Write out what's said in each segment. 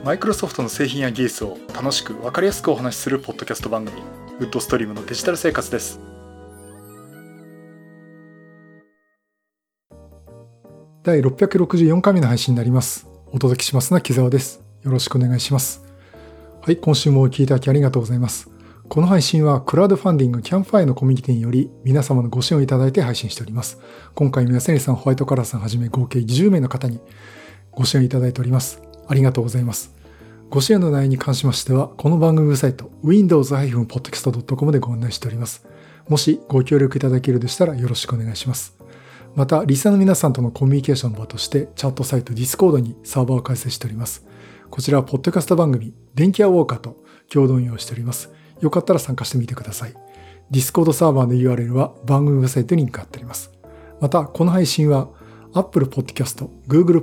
マイクロソフトの製品や技術を楽しく分かりやすくお話しするポッドキャスト番組、ウッドストリームのデジタル生活です。 第664回目の配信になります。お届けしますのは木澤です。よろしくお願いします。はい、今週もお聞きいただきありがとうございます。この配信はクラウドファンディングキャンプファイのコミュニティにより皆様のご支援をいただいて配信しております。今回も安成さん、ホワイトカラーさんはじめ合計20名の方にご支援いただいております。ありがとうございます。ご支援の内容に関しましては、この番組ウェブサイト windows-podcast.com でご案内しております。もしご協力いただけるでしたらよろしくお願いします。また、リスナーの皆さんとのコミュニケーションの場として、チャットサイト Discord にサーバーを開設しております。こちらは、ポッドキャスト番組、電気屋ウォーカーと共同運用しております。よかったら参加してみてください。Discord サーバーの URL は番組ウェブサイトにリンク貼っております。また、この配信は、Apple Podcast、Google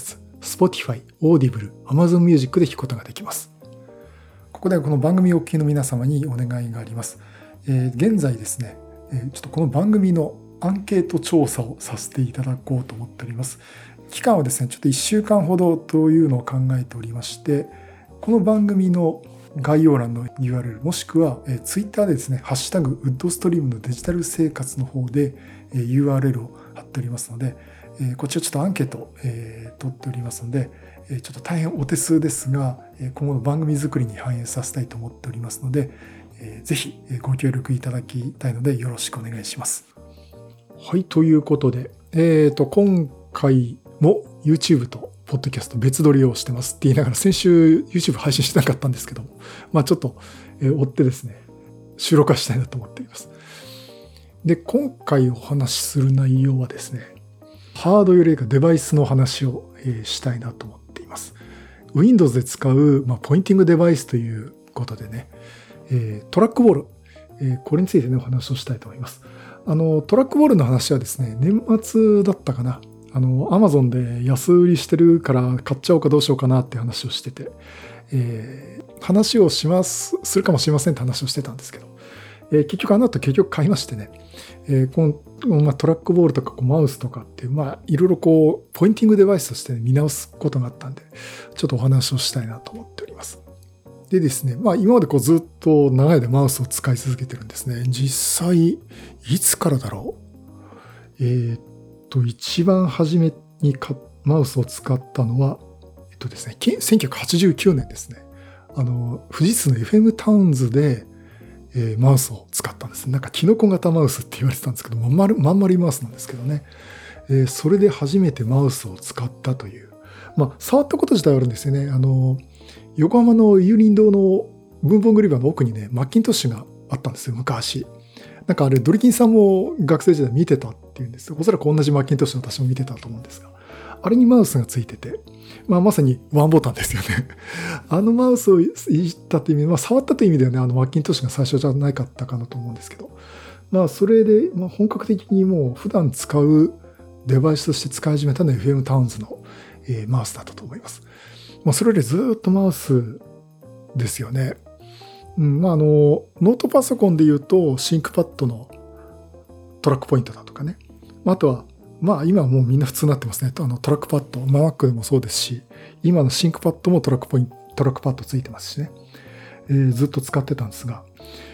Podcast、Spotify、Audible、Amazon Music で聞くことができます。ここでこの番組をお聞きの皆様にお願いがあります。現在ですね、ちょっとこの番組のアンケート調査をさせていただこうと思っております。期間はですね、ちょっと1週間ほどというのを考えておりまして、この番組の概要欄の URL もしくは、Twitter でですね、ハッシュタグウッドストリームのデジタル生活の方で、URL を貼っておりますので、こちらちょっとアンケート、取っておりますので、ちょっと大変お手数ですが、今後の番組作りに反映させたいと思っておりますので、ぜひご協力いただきたいのでよろしくお願いします。はい、ということで、今回も YouTube と Podcast 別撮りをしてますって言いながら先週 YouTube 配信してなかったんですけども、ちょっと追ってですね、収録はしたいなと思っています。で、今回お話しする内容はですね、ハードよりかデバイスの話をしたいなと思っています。Windows で使う、ポインティングデバイスということでね、トラックボール、これについてね、お話をしたいと思います。トラックボールの話はですね、年末だったかな。Amazon で安売りしてるから買っちゃおうかどうしようかなって話をしてて、話をするかもしれませんって話をしてたんですけど、結局買いましてね、このトラックボールとかマウスとかっていう、いろいろポインティングデバイスとして、見直すことがあったんで、ちょっとお話をしたいなと思っております。でですね、今までずっと長い間マウスを使い続けてるんですね。実際、いつからだろう。一番初めにマウスを使ったのは、ですね、1989年ですね。富士通の FM タウンズで、マウスを使ったんです。なんかキノコ型マウスって言われてたんですけど、まん丸いマウスなんですけどね。それで初めてマウスを使ったという。触ったこと自体はあるんですよね。横浜の有林堂の文房具売り場の奥にね、マッキントッシュがあったんですよ、昔。なんかあれ、ドリキンさんも学生時代見てたっていうんですよ。おそらく同じマッキントッシュ私も見てたと思うんですが。あれにマウスがついてて、まさにワンボタンですよね。あのマウスをいじったって意味で、触ったという意味ではね、マッキントッシュが最初じゃなかったかなと思うんですけど、それで、本格的にもう普段使うデバイスとして使い始めたのは FM タウンズの、マウスだったと思います。それよりずっとマウスですよね。ノートパソコンで言うと、シンクパッドのトラックポイントだとかね。あとは、今はもうみんな普通になってますね。トラックパッド、Mac でもそうですし、今のシンクパッドもトラックパッドついてますしね。ずっと使ってたんですが、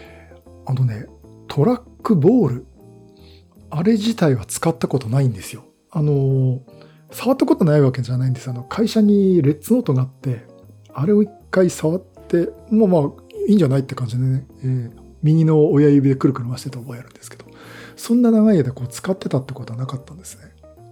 トラックボール、あれ自体は使ったことないんですよ。触ったことないわけじゃないんです。会社にレッツノートがあって、あれを一回触って、もういいんじゃないって感じでね、右の親指でくるくる回してた覚えあるんですけど、そんな長い間使ってたってことはなかったんですね。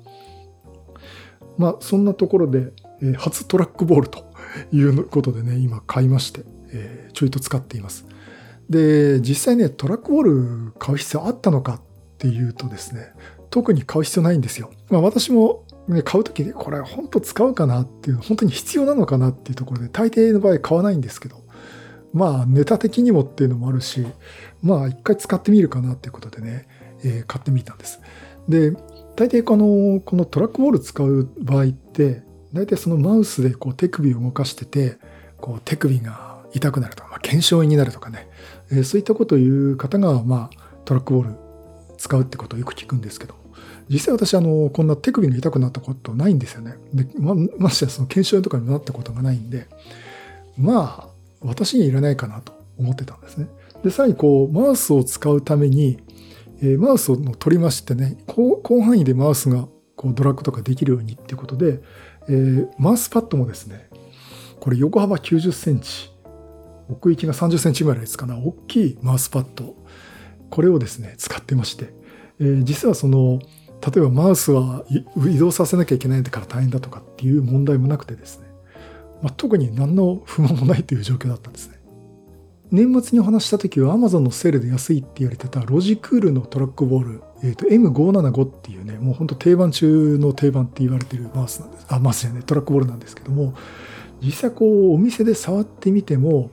そんなところで、初トラックボールということでね、今買いまして、ちょいと使っています。で、実際ね、トラックボール買う必要あったのかっていうとですね、特に買う必要ないんですよ。私も、買うときでこれ本当使うかなっていう、本当に必要なのかなっていうところで、大抵の場合買わないんですけど、ネタ的にもっていうのもあるし、一回使ってみるかなっていうことでね、買ってみたんです。で、大体このトラックボール使う場合って、大体そのマウスで手首を動かしてて、手首が痛くなるとか、腱鞘炎になるとかね、そういったことを言う方が、トラックボール使うってことをよく聞くんですけど、実際私こんな手首が痛くなったことないんですよね。でましてやその腱鞘炎とかになったことがないんで、 まあ私にはいらないかなと思ってたんですね。でさらにマウスを使うために、マウスの取り回しってね、広範囲でマウスがドラッグとかできるようにっていうことで、マウスパッドもですね、これ横幅90センチ、奥行きが30センチぐらいですかね、大きいマウスパッド、これをですね使ってまして、実は例えばマウスは移動させなきゃいけないから大変だとかっていう問題もなくてですね、特に何の不満もないという状況だったんですね。年末にお話した時は Amazon のセールで安いって言われてたロジクールのトラックボール、M575 っていうね、もう本当定番中の定番って言われてるマウスなんです。マウスじゃない、トラックボールなんですけども、実際お店で触ってみても、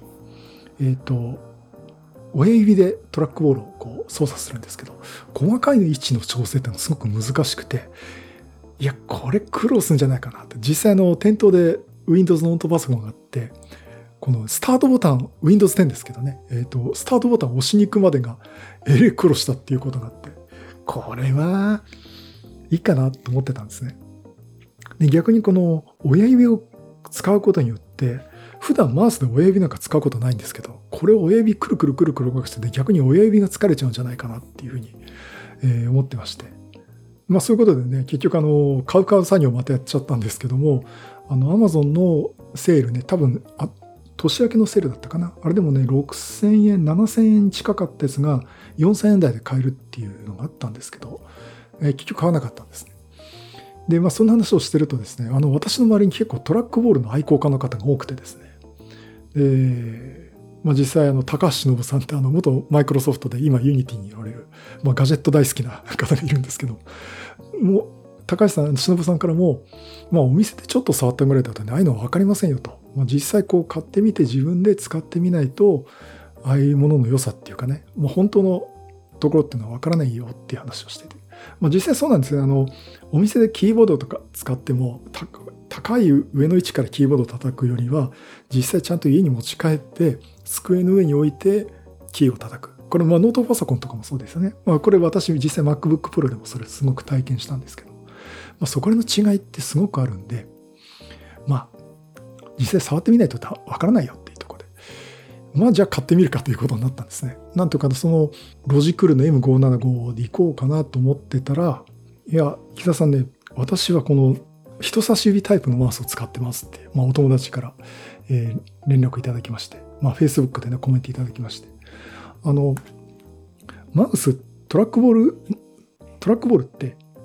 親指でトラックボールを操作するんですけど、細かい位置の調整ってのはすごく難しくて、いや、これ苦労するんじゃないかなって。実際店頭で Windows のノートパソコンがあって、このスタートボタン、Windows 10ですけどね、スタートボタンを押しに行くまでが苦労したっていうことがあって、これはいいかなと思ってたんですね。で、逆に親指を使うことによって、普段マウスで親指なんか使うことないんですけど、これを親指くるくるくるくる動かしてて、逆に親指が疲れちゃうんじゃないかなっていうふうに、思ってまして。そういうことでね、結局買う作業またやっちゃったんですけども、Amazon のセールね、多分、年明けのセールだったかな。あれでもね、6000円、7000円近かったやつが4000円台で買えるっていうのがあったんですけど、結局買わなかったんですね。で、そんな話をしてるとですね、私の周りに結構トラックボールの愛好家の方が多くてですね、実際高橋忍さんって元マイクロソフトで今ユニティにいられる、ガジェット大好きな方がいるんですけど、もう高橋さん、忍さんからも、お店でちょっと触ったぐらいだとね、ああいうのは分かりませんよと。実際買ってみて自分で使ってみないと、ああいうものの良さっていうかね、本当のところっていうのは分からないよっていう話をしてて。実際そうなんですね。お店でキーボードとか使っても、高い上の位置からキーボードを叩くよりは、実際ちゃんと家に持ち帰って、机の上に置いてキーを叩く。これノートパソコンとかもそうですよね。これ私実際 MacBook Pro でもそれすごく体験したんですけど、そこらの違いってすごくあるんで、実際触ってみないとわからないよっていうところで、じゃあ買ってみるかということになったんですね。なんとかロジクールの M575 で行こうかなと思ってたら、いや、木田さんね、私はこの人差し指タイプのマウスを使ってますって、お友達から、連絡いただきまして、Facebook でね、コメントいただきまして、マウス、トラックボールって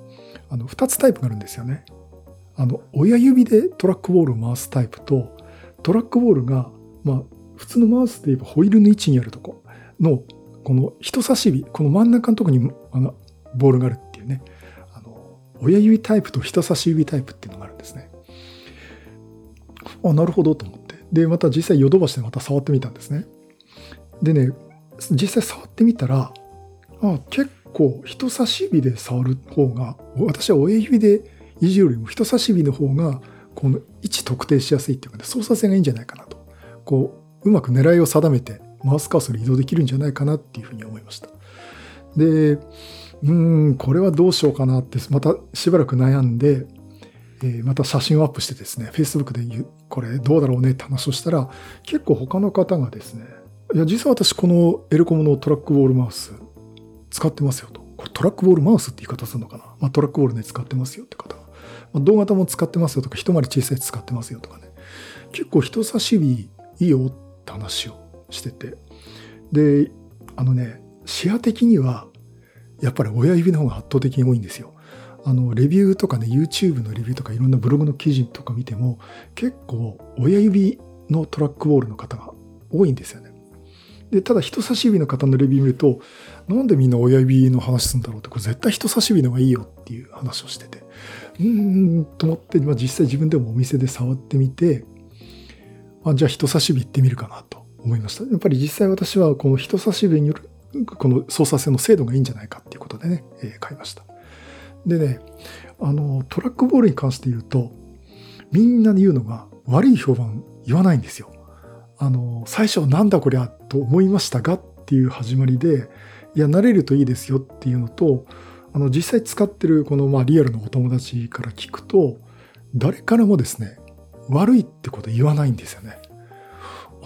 、2つタイプがあるんですよね。親指でトラックボールを回すタイプと、トラックボールが、普通のマウスで言えばホイールの位置にあるとこの、この人差し指、この真ん中のところにボールがあるっていうね、親指タイプと人差し指タイプっていうのがあるんですね。なるほどと思って。で、また実際ヨドバシでまた触ってみたんですね。でね、実際触ってみたら、結構人差し指で触る方が、私は親指でいじるよりも人差し指の方が、この位置特定しやすいっていうかね、操作性がいいんじゃないかなと。うまく狙いを定めて、マウスカーソル移動できるんじゃないかなっていうふうに思いました。で、これはどうしようかなって、またしばらく悩んで、また写真をアップしてですね、Facebook でこれどうだろうねって話をしたら、結構他の方がですね、いや、実は私このエルコムのトラックボールマウス使ってますよと。これトラックボールマウスって言い方するのかな。トラックボールね、使ってますよって方が。同型も使ってますよとか、一回り小さいやつ使ってますよとかね。結構人差し指いいよって話をしてて。で、視野的には、やっぱり親指の方が圧倒的に多いんですよ。レビューとかね、YouTube のレビューとかいろんなブログの記事とか見ても、結構親指のトラックボールの方が多いんですよね。で、ただ人差し指の方のレビュー見ると、なんでみんな親指の話するんだろうって、これ絶対人差し指の方がいいよっていう話をしてて、と思って、実際自分でもお店で触ってみて、じゃあ人差し指行ってみるかなと思いました。やっぱり実際私はこの人差し指によるこの操作性の精度がいいんじゃないかっていうことでね、買いました。でね、トラックボールに関して言うと、みんな言うのが悪い評判言わないんですよ。最初なんだこりゃと思いましたがっていう始まりで、いや、慣れるといいですよっていうのと、実際使ってるこのリアルのお友達から聞くと、誰からもですね、悪いってこと言わないんですよね。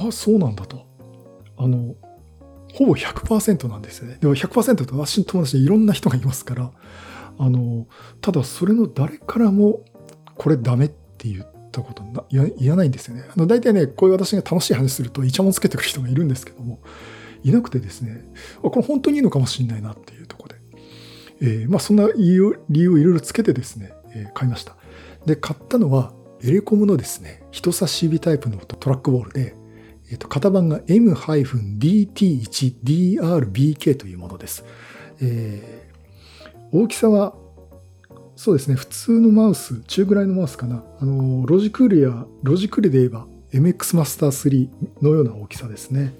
そうなんだと。ほぼ 100% なんですよね。でも 100% って私の友達でいろんな人がいますから、ただそれの誰からもこれダメって言ったこと言わないんですよね。大体ね、こういう私が楽しい話するとイチャモンつけてくる人がいるんですけども、いなくてですね、これ本当にいいのかもしれないなっていうところで、そんな理由をいろいろつけてですね、買いました。で、買ったのはエレコムのですね、人差し指タイプのトラックボールで、型番が M-DT1DRBK というものです。大きさはそうですね、普通のマウス、中ぐらいのマウスかな。ロジクールで言えば MX マスター3のような大きさですね。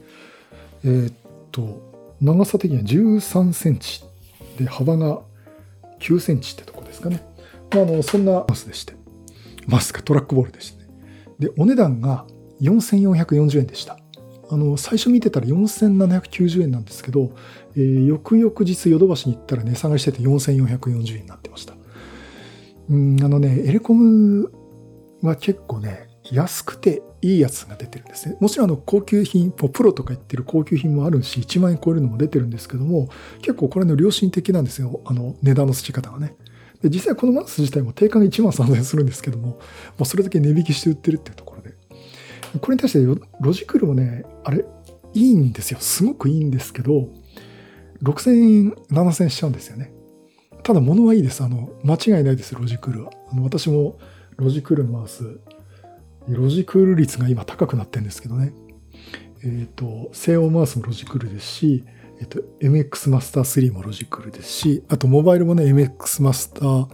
長さ的には13センチで幅が9センチってとこですかね。そんなマウスでして、トラックボールでしてね。で、お値段が4440円でした。最初見てたら4790円なんですけど、翌々日ヨドバシに行ったら値下がりしてて4440円になってました。エレコムは結構ね、安くていいやつが出てるんですね。もちろん高級品、プロとか言ってる高級品もあるし、1万円超えるのも出てるんですけども、結構これの良心的なんですよ。値段の付き方がね。で、実際このマウス自体も定価が1万3000円するんですけども、それだけ値引きして売ってるっていうところで。これに対してロジクールもね、いいんですよ。すごくいいんですけど、6000円、7000円しちゃうんですよね。ただ物はいいです。間違いないです、ロジクールは。私もロジクールのマウス、ロジクール率が今高くなってるんですけどね。静音マウスもロジクールですし、MX マスター3もロジクールですし、あとモバイルもね、MX マスター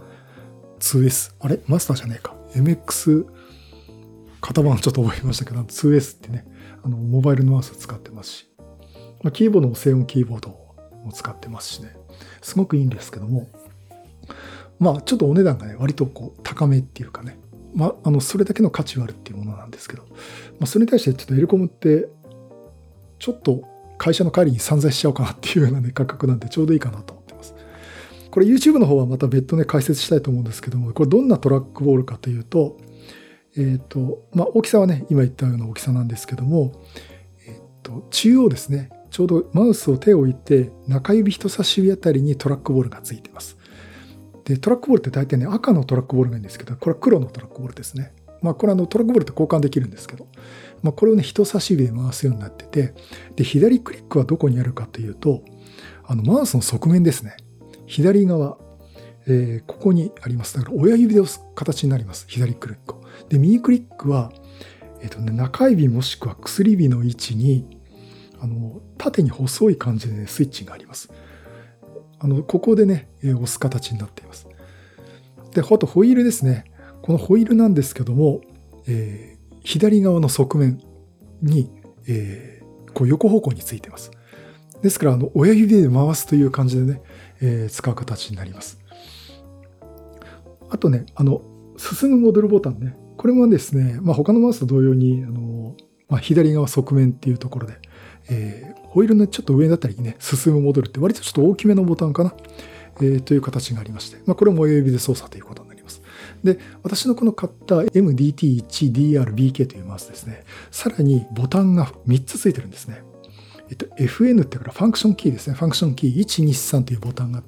2S。マスターじゃねえか。MX、型番ちょっと覚えましたけど、2S ってね、モバイルのマウスを使ってますし、キーボードも静音キーボードも使ってますしね。すごくいいんですけども、ちょっとお値段がね、割と高めっていうかね、それだけの価値はあるっていうものなんですけど、それに対してちょっとエレコムって、ちょっと会社の帰りに散財しちゃおうかなっていうようなね、価格なんでちょうどいいかなと思ってます。これ YouTube の方はまた別途ね、解説したいと思うんですけども、これどんなトラックボールかというと、大きさはね、今言ったような大きさなんですけども、中央ですね、ちょうどマウスを手を置いて中指人差し指あたりにトラックボールがついています。で、トラックボールって大体ね、赤のトラックボールがいいんですけど、これは黒のトラックボールですね。これトラックボールって交換できるんですけど、これをね、人差し指で回すようになってて、で、左クリックはどこにあるかというと、マウスの側面ですね。左側、ここにあります。だから親指で押す形になります。左クリック。で、右クリックは、中指もしくは薬指の位置に、縦に細い感じで、ね、スイッチがあります。ここでね、押す形になっています。で、あとホイールですね。このホイールなんですけども、左側の側面に、横方向についています。ですから、親指で回すという感じでね、使う形になります。あとね、進むモデルボタンね。これもですね、他のマウスと同様に、左側側面っていうところで、ホイールのちょっと上だったりにね、進むモデルって割とちょっと大きめのボタンかな、という形がありまして、これも親指で操作ということになります。で、私のこの買った MDT1DRBK というマウスですね、さらにボタンが3つついてるんですね。FN ってからファンクションキーですね。ファンクションキー1、2、3というボタンがあって、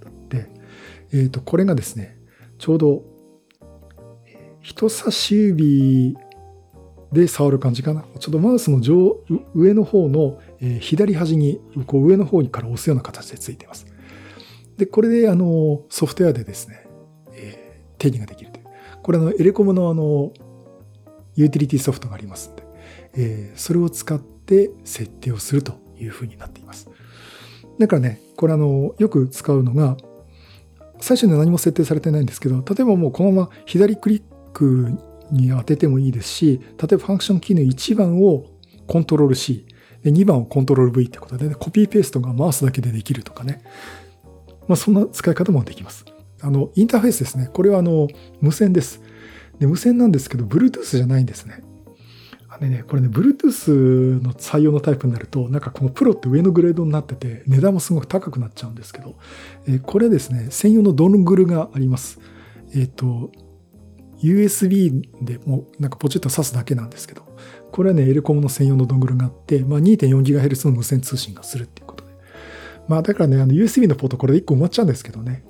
これがですね、ちょうど人差し指で触る感じかな。ちょっとマウスの上の方の左端に上の方から押すような形でついています。で、これでソフトウェアでですね、定義ができるという。これエレコムのユーティリティソフトがありますので、それを使って設定をするというふうになっています。だからね、これよく使うのが、最初には何も設定されてないんですけど、例えばもうこのまま左クリックに当ててもいいですし、例えばファンクションキーの1番をコントロール C、で2番をコントロール V ってことで、ね、コピーペーストがマウスだけでできるとかね。そんな使い方もできます。インターフェースですね。これは無線です。で、無線なんですけど、Bluetooth じゃないんですね。これね、Bluetooth の採用のタイプになると、このプロって上のグレードになってて、値段もすごく高くなっちゃうんですけど、これですね、専用のドングルがあります。 USB でもうなんかポチッと挿すだけなんですけど、これはね、エレコムの専用のドングルがあって、2.4GHz の無線通信がするっていうことで。だからね、USB のポートこれで1個埋まっちゃうんですけどね。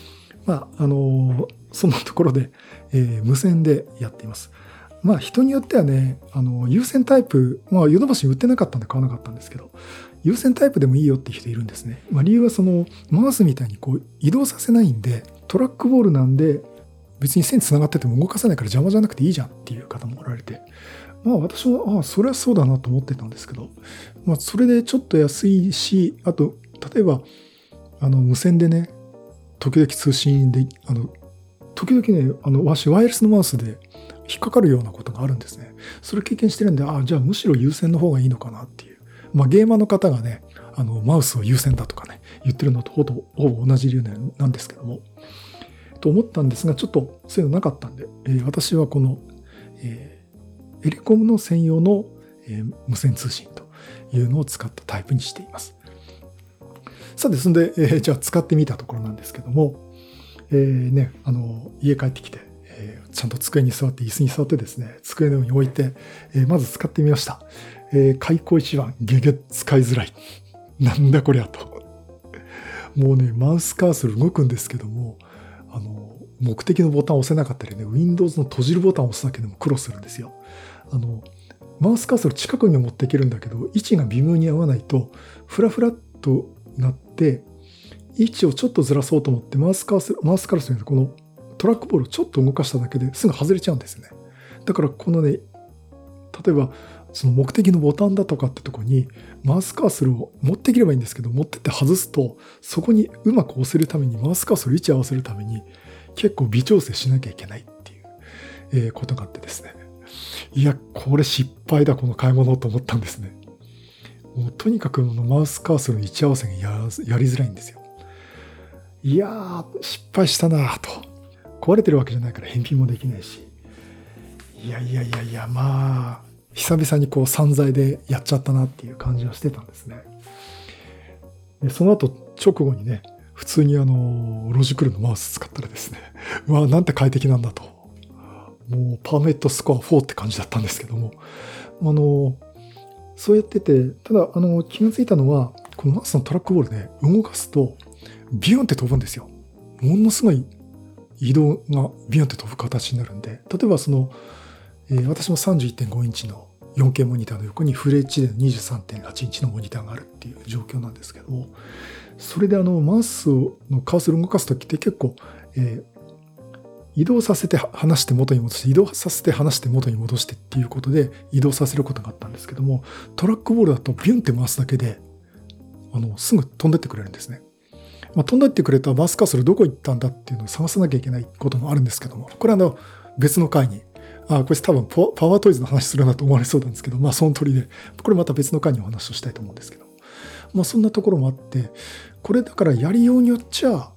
そのところで、無線でやっています。人によってはね、有線タイプ、ヨドバシに売ってなかったんで買わなかったんですけど、有線タイプでもいいよって人いるんですね。理由はマウスみたいにこう移動させないんで、トラックボールなんで、別に線つながってても動かさないから邪魔じゃなくていいじゃんっていう方もおられて、私も、それはそうだなと思ってたんですけど、それでちょっと安いし、あと、例えば、無線でね、時々通信で、時々ね、ワイヤレスのマウスで引っかかるようなことがあるんですね。それ経験してるんで、じゃあむしろ有線の方がいいのかなっていう。ゲーマーの方がね、マウスを有線だとかね、言ってるのとほぼ同じ理由なんですけども、と思ったんですが、ちょっとそういうのなかったんで、私はこの、エレコムの専用の、無線通信というのを使ったタイプにしています。さて、そんで、じゃあ使ってみたところなんですけども、家帰ってきて、ちゃんと机に座って、椅子に座ってですね、机の上に置いて、まず使ってみました。開口一番、使いづらい。なんだこりゃと。もうね、マウスカーソル動くんですけども、目的のボタンを押せなかったりね、Windows の閉じるボタンを押すだけでも苦労するんですよ。マウスカーソル近くに持っていけるんだけど、位置が微妙に合わないと、フラフラっとなって、位置をちょっとずらそうと思って、マウスカーソルのこのトラックボールをちょっと動かしただけですぐ外れちゃうんですね。だからこのね、例えばその目的のボタンだとかってとこにマウスカーソルを持っていければいいんですけど、持ってって外すと、そこにうまく押せるために、マウスカーソル位置合わせるために結構微調整しなきゃいけないっていうことがあってですね。いや、これ失敗だ、この買い物と思ったんですね。もうとにかくマウスカーソルの位置合わせがやりづらいんですよ。いやー、失敗したなぁと。壊れてるわけじゃないから返品もできないし。いや、久々にこう散財でやっちゃったなっていう感じはしてたんですね。でその後、直後にね、普通にロジクールのマウス使ったらですね、なんて快適なんだと。もうパーメットスコア4って感じだったんですけども、そうやってて、ただ気がついたのは、このマウスのトラックボールで動かすとビューンって飛ぶんですよ。ものすごい移動がビューンって飛ぶ形になるんで、例えば私も 31.5 インチの 4K モニターの横にフル HD の 23.8 インチのモニターがあるっていう状況なんですけども、それでマウスのカーソルを動かすときって結構、移動させて離して元に戻して、移動させて離して元に戻してっていうことで移動させることがあったんですけども、トラックボールだとビュンって回すだけで、すぐ飛んでってくれるんですね。飛んでってくれたマウスカーソルどこ行ったんだっていうのを探さなきゃいけないこともあるんですけども、これは別の回に、これ多分パワートイズの話するなと思われそうなんですけど、その通りで、これまた別の回にお話をしたいと思うんですけど、そんなところもあって、これだからやりようによっちゃ、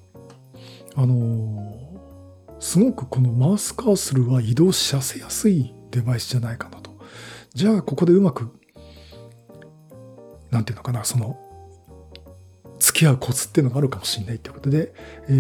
すごくこのマウスカーソルは移動させやすいデバイスじゃないかなと。じゃあここでうまく、なんていうのかな、付き合うコツっていうのがあるかもしれないということで、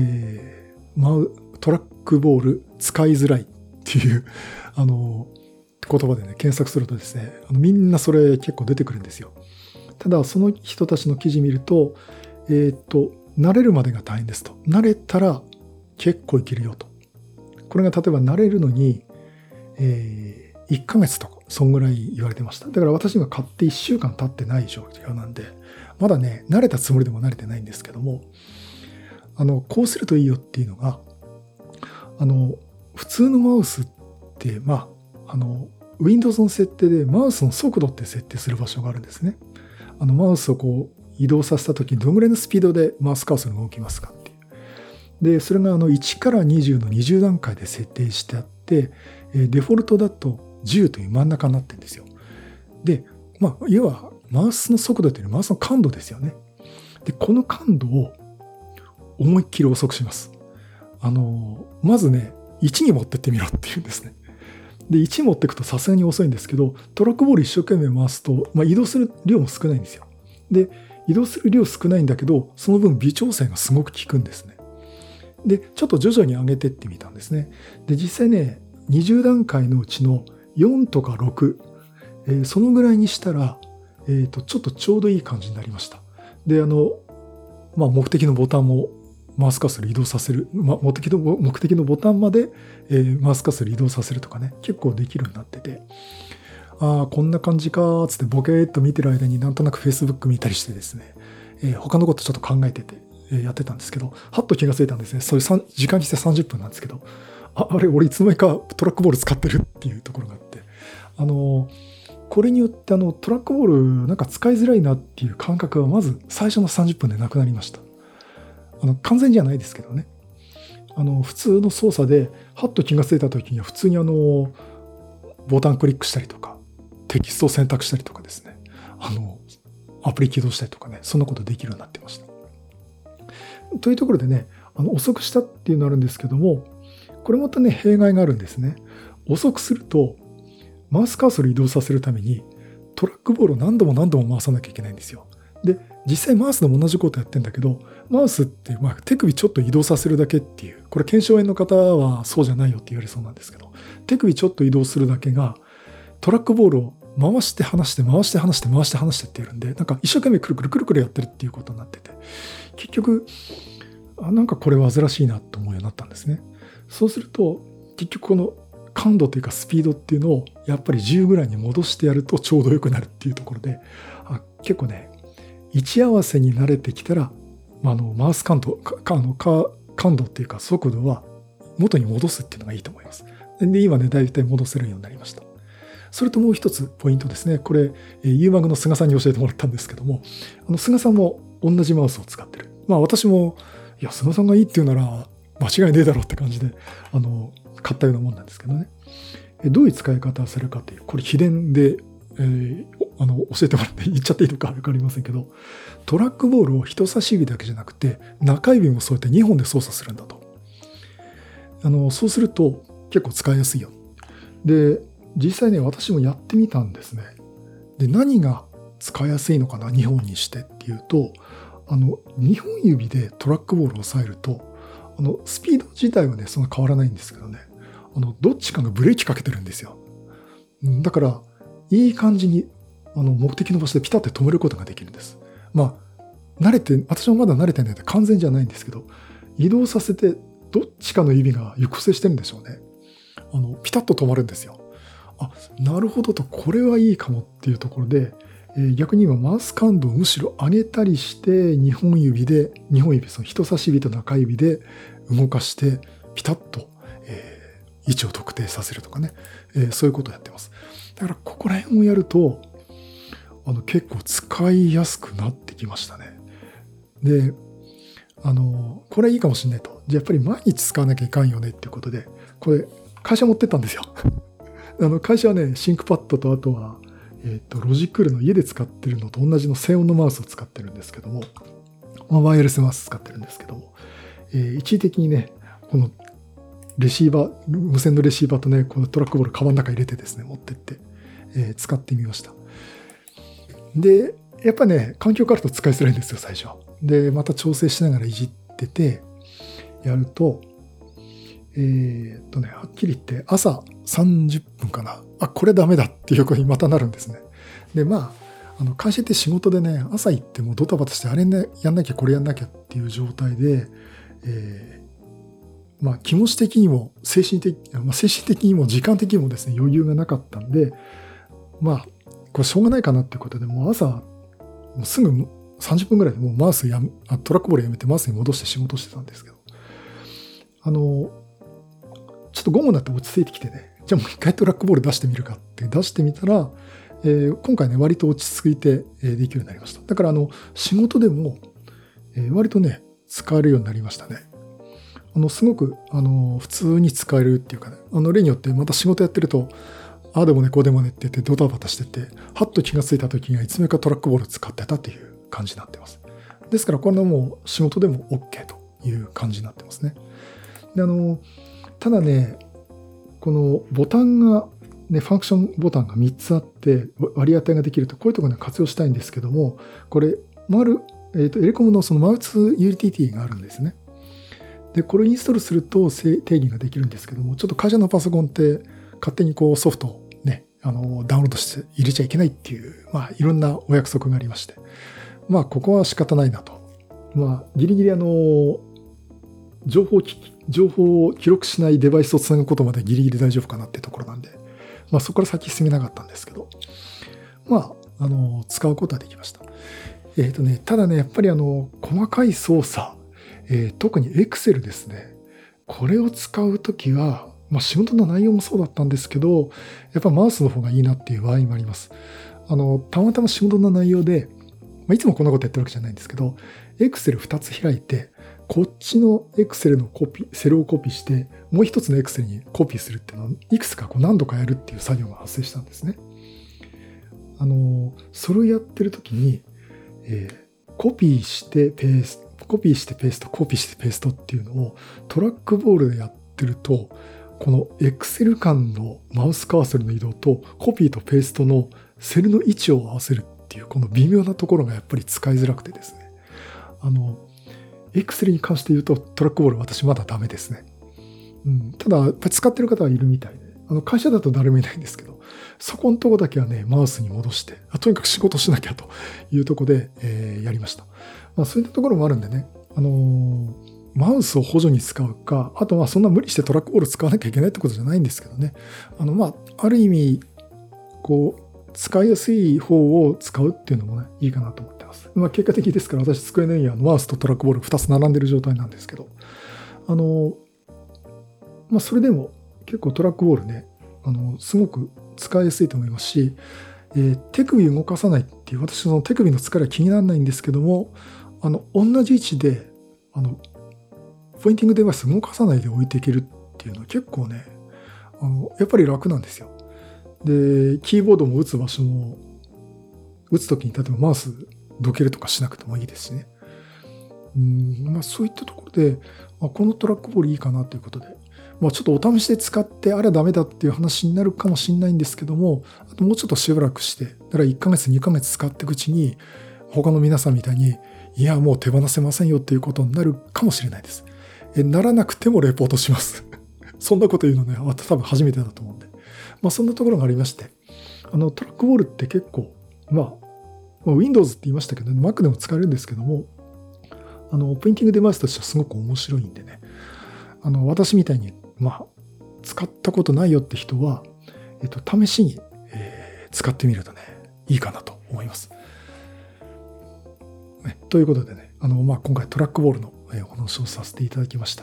トラックボール使いづらいっていう言葉でね検索するとですね、みんなそれ結構出てくるんですよ。ただその人たちの記事見ると、慣れるまでが大変ですと。慣れたら結構いけるよと。これが例えば慣れるのに、1ヶ月とかそんぐらい言われてました。だから私が買って1週間経ってない状況なんで、まだね、慣れたつもりでも慣れてないんですけども、こうするといいよっていうのが、普通のマウスって、Windows の設定でマウスの速度って設定する場所があるんですね。マウスをこう移動させたときにどのぐらいのスピードでマウスカーソルが動きますかっていう。で、それが1から20の20段階で設定してあって、デフォルトだと10という真ん中になってるんですよ。で、要はマウスの速度というのはマウスの感度ですよね。で、この感度を思いっきり遅くします。まずね、1に持ってってみろっていうんですね。で、1持っていくとさすがに遅いんですけど、トラックボール一生懸命回すと、移動する量も少ないんですよ。で、移動する量少ないんだけど、その分微調整がすごく効くんですね。で、ちょっと徐々に上げてってみたんですね。で、実際ね、 20段階のうちの4とか6、そのぐらいにしたら、ちょっとちょうどいい感じになりました。で、目的のボタンもマウスカーソル移動させる、目的のボタンまで、マウスカーソル移動させるとかね、結構できるようになってて、こんな感じかーつってボケーっと見てる間になんとなく Facebook 見たりしてですね、他のことちょっと考えてて、やってたんですけど、はっと気がついたんですね。そういう時間にして30分なんですけど、あれ、俺いつの間にかトラックボール使ってるっていうところがあって、これによってトラックボールなんか使いづらいなっていう感覚はまず最初の30分でなくなりました。完全じゃないですけどね。普通の操作ではっと気がついた時には普通にボタンクリックしたりとか、テキストを選択したりとかですね、アプリ起動したりとかね、そんなことできるようになってました。というところでね、遅くしたっていうのがあるんですけども、これまたね、弊害があるんですね。遅くすると、マウスカーソル移動させるために、トラックボールを何度も回さなきゃいけないんですよ。で、実際マウスでも同じことやってんだけど、マウスって、手首ちょっと移動させるだけっていう、これ腱鞘炎の方はそうじゃないよって言われそうなんですけど、手首ちょっと移動するだけが、トラックボールを回して離して回して離して回して離してってやるんで、なんか一生懸命くるくるくるくるやってるっていうことになってて、結局、なんかこれ煩わしいなと思うようになったんですね。そうすると、結局この感度というかスピードっていうのをやっぱり10ぐらいに戻してやるとちょうどよくなるっていうところで、結構ね、位置合わせに慣れてきたら、マウス感度っていうか速度は元に戻すっていうのがいいと思います。で、今ね、だいたい戻せるようになりました。それともう一つポイントですね。これ、ユーマグの菅さんに教えてもらったんですけども、菅さんも同じマウスを使ってる。私も、いや、菅さんがいいっていうなら間違いねえだろうって感じで、買ったようなもんなんですけどね。どういう使い方をするかっていう、これ秘伝で、教えてもらって言っちゃっていいのか分かりませんけど、トラックボールを人差し指だけじゃなくて、中指もそうやって2本で操作するんだと。そうすると結構使いやすいよ。で、実際ね、私もやってみたんですね。で、何が使いやすいのかな、2本にしてっていうと、2本指でトラックボールを押さえると、スピード自体はね、そんな変わらないんですけどね、どっちかがブレーキかけてるんですよ。だから、いい感じに、目的の場所でピタッと止めることができるんです。私もまだ慣れてないので完全じゃないんですけど、移動させて、どっちかの指が行く癖してるんでしょうね。ピタッと止まるんですよ。なるほどと、これはいいかもっていうところで、逆に今マウス感度をむしろ上げたりして2本指、その人差し指と中指で動かしてピタッと、位置を特定させるとかね、そういうことをやってます。だからここら辺をやると結構使いやすくなってきましたね。で、これいいかもしれないと。じゃあやっぱり毎日使わなきゃいかんよねっていうことで、これ会社持ってったんですよ。会社はね、シンクパッドとあとはロジクールの家で使ってるのと同じの静音のマウスを使ってるんですけども、ワイヤレスマウス使ってるんですけども、一時的にね、このレシーバー、無線のレシーバーとね、このトラックボールカバンの中入れてですね、持ってって、使ってみました。で、やっぱね、環境変わると使いづらいんですよ、最初。で、また調整しながらいじってて、やると、はっきり言って朝30分かな。これダメだっていうことにまたなるんですね。で、会社って仕事でね、朝行ってもドタバタしてあれね、やんなきゃこれやんなきゃっていう状態で、気持ち的にも精神的にも時間的にもですね、余裕がなかったんで、これしょうがないかなっていうことで、もう朝、もうすぐ30分ぐらいでもうトラックボールやめてマウスに戻して仕事してたんですけど、ちょっと午後になって落ち着いてきてね、じゃあもう一回トラックボール出してみるかって出してみたら、今回ね、割と落ち着いてできるようになりました。だから仕事でも、割とね、使えるようになりましたね。すごく普通に使えるっていうかね、例によってまた仕事やってると、ああでもねこうでもねって言ってドタバタしてて、はっと気がついた時にはいつの間にかトラックボール使ってたっていう感じになってます。ですからこれはもう仕事でも OK という感じになってますね。でただね、このボタンがね、ファンクションボタンが3つあって割り当てができると、こういうところに活用したいんですけども、これエレコムのそのマウスユーティリティがあるんですね。 で、これをインストールすると定義ができるんですけども、ちょっと会社のパソコンって勝手にこうソフトをね、ダウンロードして入れちゃいけないっていう、いろんなお約束がありまして、ここは仕方ないなと。ギリギリ情報を記録しないデバイスをつなぐことまでギリギリ大丈夫かなってところなんで、そこから先進めなかったんですけど、使うことはできました。ただね、やっぱり細かい操作、特に Excel ですね。これを使うときは、仕事の内容もそうだったんですけど、やっぱマウスの方がいいなっていう場合もあります。たまたま仕事の内容で、いつもこんなことやってるわけじゃないんですけど、Excel 2つ開いて、こっちの Excel のセルをコピーして、もう一つの Excel にコピーするっていうのをいくつか何度かやるっていう作業が発生したんですね。それをやってるときに、コピーしてペースト、コピーしてペースト、コピーしてペーストっていうのをトラックボールでやってると、この Excel 間のマウスカーソルの移動とコピーとペーストのセルの位置を合わせるっていうこの微妙なところがやっぱり使いづらくてですね。Excel に関して言うとトラックボール私まだダメですね。ただやっぱり使ってる方はいるみたいで、会社だと誰もいないんですけど、そこのとこだけはね、マウスに戻して、とにかく仕事しなきゃというところで、やりました。そういったところもあるんでね、マウスを補助に使うか、あとそんな無理してトラックボール使わなきゃいけないってことじゃないんですけどね。ある意味、使いやすい方を使うっていうのもね、いいかなと思ってます。結果的ですから、私、机の上にはマウスとトラックボール2つ並んでる状態なんですけど、それでも結構トラックボールね、すごく使いやすいと思いますし、手首動かさないっていう、私その手首の疲れは気にならないんですけども、同じ位置で、ポインティングデバイス動かさないで置いていけるっていうのは結構ね、やっぱり楽なんですよ。で、キーボードも打つ場所も、打つときに例えばマウスどけるとかしなくてもいいですしね。そういったところで、このトラックボールいいかなということで、ちょっとお試しで使ってあれはダメだっていう話になるかもしれないんですけども、あともうちょっとしばらくして、だから1ヶ月、2ヶ月使っていくうちに、他の皆さんみたいに、いや、もう手放せませんよっていうことになるかもしれないです。ならなくてもレポートします。そんなこと言うのね、多分初めてだと思うんで。そんなところがありまして、トラックボールって結構、Windows って言いましたけど、Mac でも使えるんですけども、ポインティングデバイスとしてはすごく面白いんでね、私みたいに、使ったことないよって人は、試しに、使ってみるとね、いいかなと思います。ということでね、今回トラックボールのお話をさせていただきました。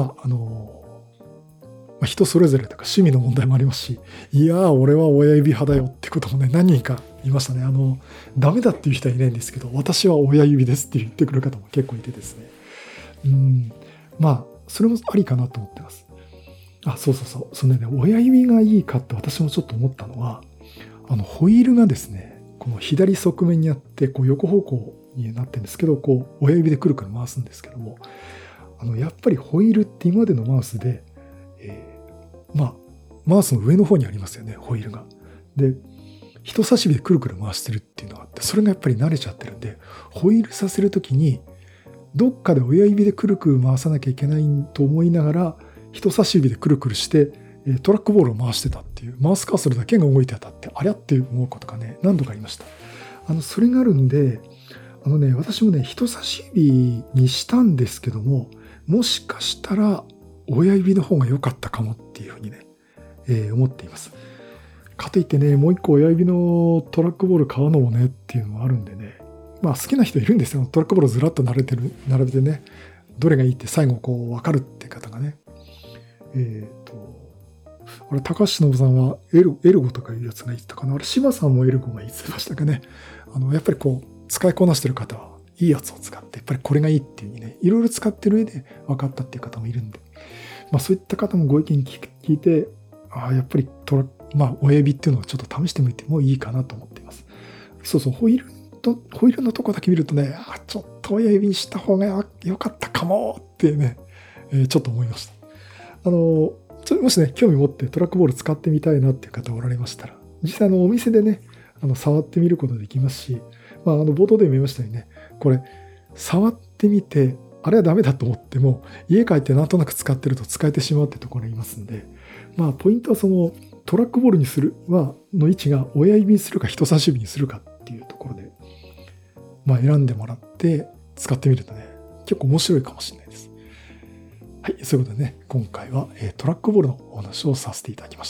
人それぞれとか趣味の問題もありますし、いやー、俺は親指派だよってこともね、何人かいましたね。ダメだっていう人はいないんですけど、私は親指ですって言ってくる方も結構いてですね。それもありかなと思ってます。そのね、親指がいいかって私もちょっと思ったのは、ホイールがですね、この左側面にあって、横方向になってるんですけど、親指でくるくる回すんですけども、やっぱりホイールって今までのマウスで、マウスの上の方にありますよね、ホイールが。で、人差し指でくるくる回してるっていうのがあって、それがやっぱり慣れちゃってるんで、ホイールさせるときに、どっかで親指でくるくる回さなきゃいけないと思いながら、人差し指でくるくるして、トラックボールを回してたっていう、マウスカーソルだけが動いてたって、ありゃって思うことがね、何度かありました。それがあるんで、私もね、人差し指にしたんですけども、もしかしたら親指の方が良かったかもっていうふうにね、思っています。かといってね、もう一個親指のトラックボール買うのもねっていうのもあるんでね、好きな人いるんですよ。トラックボールをずらっと並べてね、どれがいいって最後分かるって方がね。高橋忍さんはエルゴとかいうやつが言ってたかな。柴さんもエルゴが言ってましたかね。やっぱり使いこなしてる方はいいやつを使って、やっぱりこれがいいっていう風にね、いろいろ使ってる上で分かったっていう方もいるんで、そういった方もご意見聞いて、やっぱり親指っていうのをちょっと試してみてもいいかなと思っています。ホイールのとこだけ見るとね、ちょっと親指にした方が良かったかもってね、ちょっと思いました。もしね、興味持ってトラックボール使ってみたいなっていう方おられましたら、実際お店でね、触ってみることできますし、冒頭でも言いましたようにね、これ、触ってみて、 あれはダメだと思っても、家帰ってなんとなく使ってると使えてしまうってところがいますんで、ポイントはそのトラックボールにするの位置が親指にするか人差し指にするかっていうところで、選んでもらって使ってみるとね、結構面白いかもしれないです。はい、そういうことでね、今回はトラックボールのお話をさせていただきました。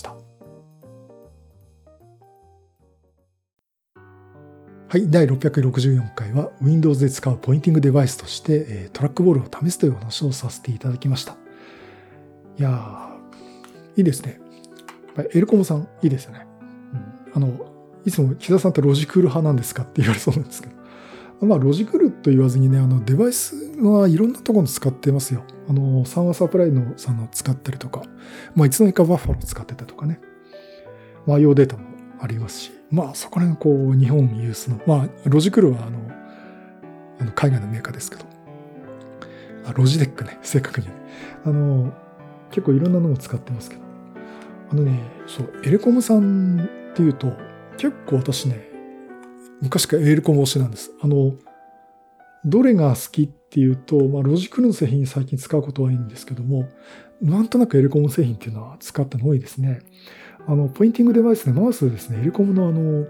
はい、第664回は Windows で使うポインティングデバイスとしてトラックボールを試すというお話をさせていただきました。いやー、いいですね。エルコムさん、いいですよね。いつも木田さんってロジクール派なんですかって言われそうなんですけど。ロジクールと言わずにね、デバイスはいろんなところに使ってますよ。サンワサプライのさんの使ったりとか、いつの間にかバッファロー使ってたとかね。IO データもありますし、そこら辺日本ユースの、ロジクールは海外のメーカーですけど、ロジテックね、正確にね。結構いろんなのを使ってますけど。そう、エレコムさんっていうと、結構私ね、昔からエレコム推しなんです。どれが好きっていうと、ロジクールの製品最近使うことはいいんですけども、なんとなくエレコム製品っていうのは使ったの多いですね。ポインティングデバイスでマウスですね、エレコムの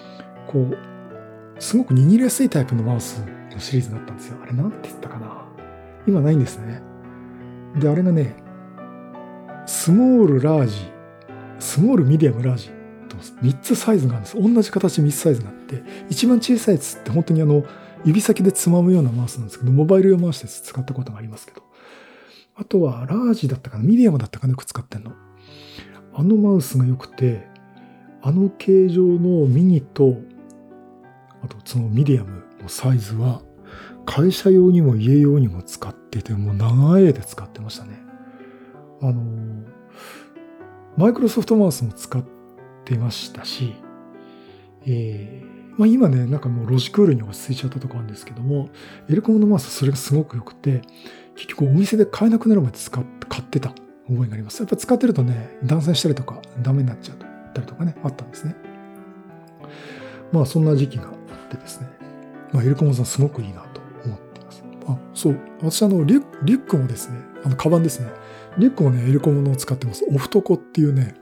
すごく握りやすいタイプのマウスのシリーズがあったんですよ。あれなんて言ったかな。今ないんですね。で、あれがね、スモール、ラージ、スモール、ミディアム、ラージと3つサイズがあるんです。同じ形3つサイズがあって、一番小さいやつって本当に指先でつまむようなマウスなんですけど、モバイル用マウスで使ったことがありますけど。あとは、ラージだったかな、ミディアムだったかな、よく使ってんの。マウスが良くて、形状のミニと、あとそのミディアムのサイズは、会社用にも家用にも使ってて、もう長い絵で使ってましたね。マイクロソフトマウスも使ってましたし、今ね、もうロジクールに落ち着いちゃったところなんですけども、エレコムのマウスそれがすごく良くて、結局お店で買えなくなるまで買ってた覚えがあります。やっぱ使ってるとね、断線したりとかダメになっちゃったりとかね、あったんですね。そんな時期があってですね、エレコムさんすごくいいなと思っています。そう、私リュックもですね、カバンですね、リュックもね、エレコムのを使ってます。オフトコっていうね、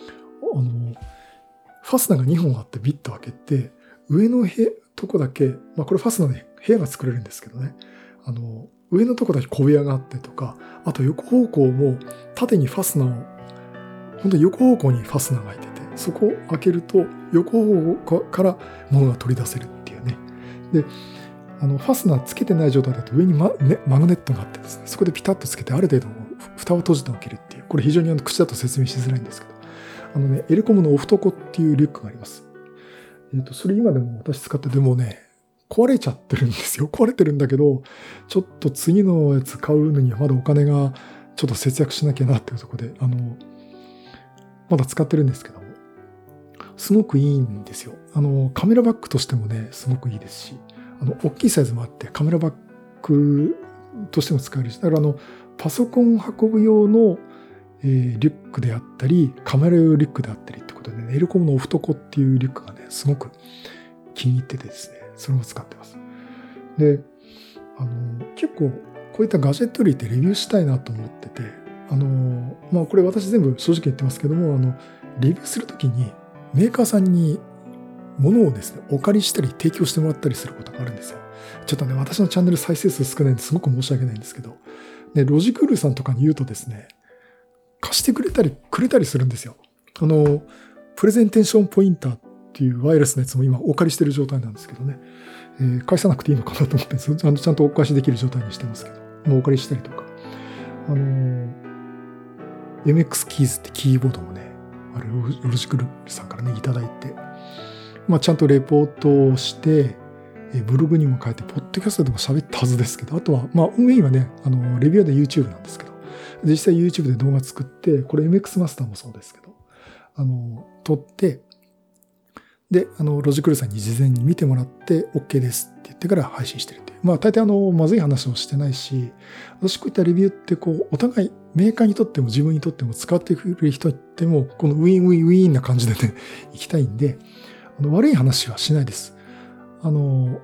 ファスナーが2本あってビッと開けて、上のとこだけ、これファスナーで部屋が作れるんですけどね、上のとこだけ小部屋があってとか、あと横方向も縦にファスナーを、本当に横方向にファスナーが開いてて、そこを開けると横方向から物が取り出せるっていうね。で、ファスナーつけてない状態だと上にマグネットがあってですね、そこでピタッとつけてある程度蓋を閉じておけるっていう、これ非常に口だと説明しづらいんですけど、エレコムのオフトコっていうリュックがあります。それ今でも私使って、でもね、壊れちゃってるんですよ。壊れてるんだけど、ちょっと次のやつ買うのにはまだお金がちょっと節約しなきゃなっていうところで、まだ使ってるんですけども、すごくいいんですよ。カメラバッグとしてもね、すごくいいですし、大きいサイズもあって、カメラバッグとしても使えるし、だからパソコン運ぶ用の、リュックであったり、カメラ用リュックであったりってことでね、エレコムのオフトコっていうリュックがね、すごく気に入っててですね、それも使ってます。で、結構こういったガジェット類ってレビューしたいなと思ってて、これ私全部正直言ってますけども、レビューするときにメーカーさんに物をですね、お借りしたり提供してもらったりすることがあるんですよ。ちょっとね、私のチャンネル再生数少ないんですごく申し訳ないんですけど、で、ロジクールさんとかに言うとですね、貸してくれたりするんですよ。プレゼンテーションポインターっていうワイヤレスのやつも今お借りしてる状態なんですけどね、返さなくていいのかなと思ってちゃんとお返しできる状態にしてますけど、もうお借りしたりとか、MX キーズってキーボードもね、ロジクールさんからね、いただいて、ちゃんとレポートをして、ブログにも書いて、ポッドキャストでも喋ったはずですけど、あとは、運営はね、レビューで YouTube なんですけど、実際 YouTube で動画作って、これ MX マスターもそうですけど、撮って、で、ロジクールさんに事前に見てもらって、OK ですって言ってから配信してるっていう。大体まずい話をしてないし、私こういったレビューってお互いメーカーにとっても自分にとっても使ってくれる人にとっても、このウィンウィンウィンな感じでね、行きたいんで、悪い話はしないです。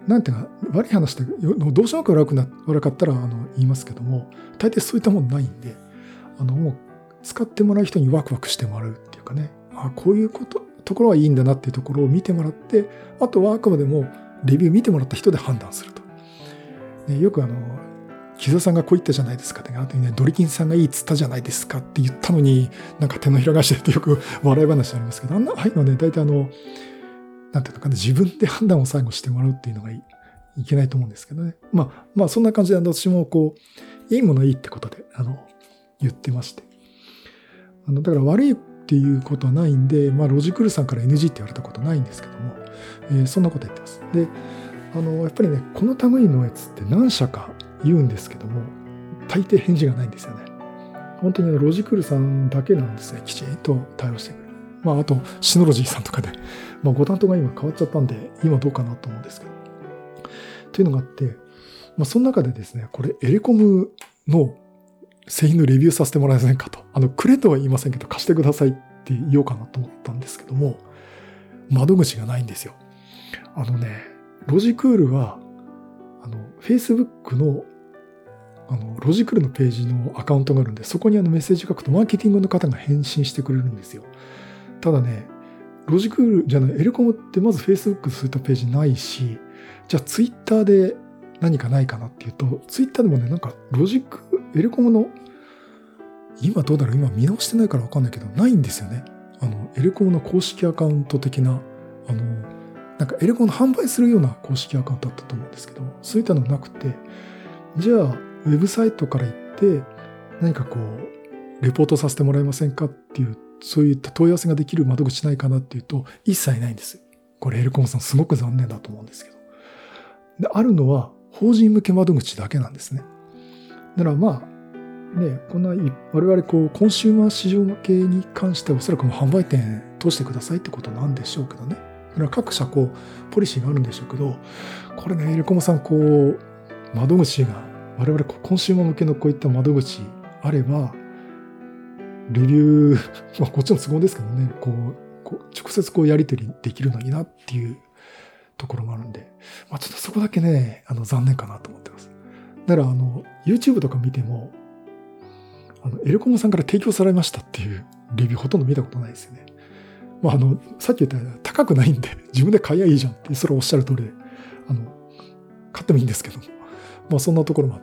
なんていうか、悪い話で、どうしようも悪かったら言いますけども、大抵そういったものないんで、もう使ってもらう人にワクワクしてもらうっていうかね、こういうところはいいんだなっていうところを見てもらって、あとはあくまでもレビュー見てもらった人で判断すると。ね、よく木澤さんがこう言ったじゃないですかって、あとにね、ドリキンさんがいいっつったじゃないですかって言ったのに、なんか手のひら返しでってよく笑い話ありますけど、あんなのね、大体なんていうのかな、自分で判断を最後してもらうっていうのがいけないと思うんですけどね。まあ、そんな感じで私もいいものはいいってことで、言ってまして。だから悪いっていうことはないんで、ロジクールさんから NG って言われたことないんですけども、そんなこと言ってます。で、やっぱりね、この類のやつって何社か言うんですけども、大抵返事がないんですよね。本当にロジクールさんだけなんですね、きちんと対応してくる。あと、シノロジーさんとかで、ご担当が今変わっちゃったんで、今どうかなと思うんですけど。というのがあって、その中でですね、これ、エレコムの製品のレビューさせてもらえませんかと。くれとは言いませんけど、貸してくださいって言おうかなと思ったんですけども、窓口がないんですよ。ロジクールは、Facebook の、ロジクールのページのアカウントがあるんで、そこにメッセージ書くとマーケティングの方が返信してくれるんですよ。ただね、ロジクールじゃない、エレコムってまず Facebook でそういったページないし、じゃあ Twitter で何かないかなっていうと、Twitter でもね、なんかエレコムの、今どうだろう、今見直してないからわかんないけど、ないんですよね。エレコムの公式アカウント的な、なんかエレコムの販売するような公式アカウントだったと思うんですけど、そういったのなくて、じゃあ、ウェブサイトから行って、何かレポートさせてもらえませんかっていう、そういった問い合わせができる窓口ないかなっていうと、一切ないんです。これエレコムさんすごく残念だと思うんですけど。で、あるのは法人向け窓口だけなんですね。だからこんな我々コンシューマー市場向けに関してはおそらく販売店通してくださいってことなんでしょうけどね。だから各社ポリシーがあるんでしょうけど、これね、エレコムさん窓口が我々コンシューマー向けのこういった窓口あれば、レビュー、こっちの都合ですけどね、直接やり取りできるのになっていうところもあるんで、ちょっとそこだけね、残念かなと思ってます。だからYouTube とか見ても、エレコムさんから提供されましたっていうレビューほとんど見たことないですよね。さっき言ったように高くないんで、自分で買えばいいじゃんって、それはおっしゃる通りで、買ってもいいんですけど、そんなところもあって、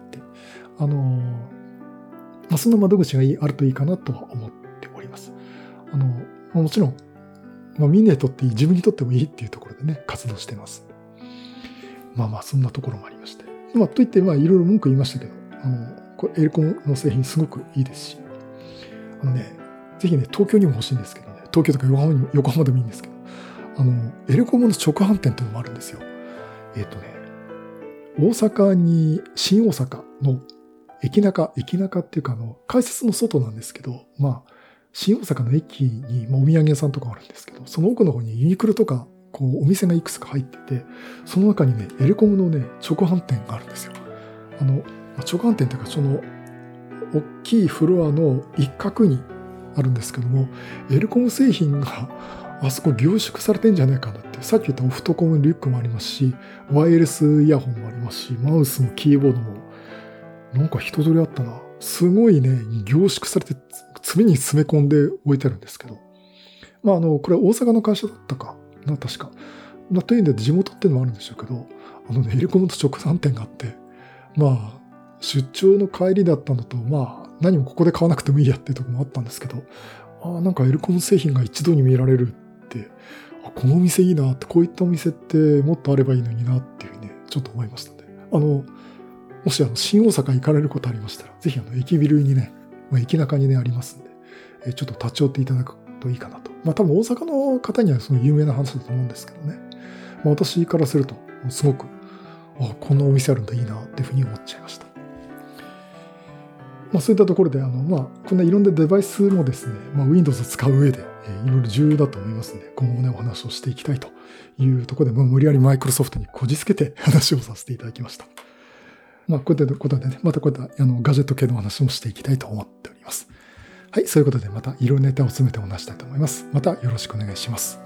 そんな窓口があるといいかなとは思っております。もちろん、みんなにとっていい、自分にとってもいいっていうところでね、活動してます。そんなところもありまして。といって、いろいろ文句言いましたけど、エレコムの製品すごくいいですし、ぜひね、東京にも欲しいんですけどね、東京とか横浜でもいいんですけど、エレコムの直販店っていうのもあるんですよ。大阪に、新大阪の駅中っていうか改札の外なんですけど、新大阪の駅に、お土産屋さんとかあるんですけど、その奥の方にユニクロとか、お店がいくつか入ってて、その中にね、エレコムのね、直販店があるんですよ。直販店というか、その、大きいフロアの一角にあるんですけども、エレコム製品があそこ凝縮されてんじゃないかなって、さっき言ったオフトコムリュックもありますし、ワイヤレスイヤホンもありますし、マウスもキーボードも、なんか一通りあったな。すごいね、凝縮されて、詰めに詰め込んで置いてあるんですけど。これ大阪の会社だったかな、確か。というんで地元っていうのもあるんでしょうけど、エレコムと直販店があって、出張の帰りだったのと、何もここで買わなくてもいいやっていうところもあったんですけど、なんかエレコム製品が一度に見られるって、このお店いいなって、こういったお店ってもっとあればいいのになっていうふうにね、ちょっと思いましたね。もし新大阪行かれることありましたら、ぜひ駅ビルにね、駅中にね、ありますんで、ちょっと立ち寄っていただくといいかなと。多分大阪の方にはその有名な話だと思うんですけどね。私からすると、すごく、こんなお店あるんだ、いいなっていうふうに思っちゃいました。そういったところで、こんないろんなデバイスもですね、Windows を使う上で、いろいろ重要だと思いますので、今後もね、お話をしていきたいというところで、無理やりマイクロソフトにこじつけて話をさせていただきました。こういったことでね、またこういったガジェット系の話もしていきたいと思っております。はい、そういうことでまたいろいろネタを詰めてお話したいと思います。またよろしくお願いします。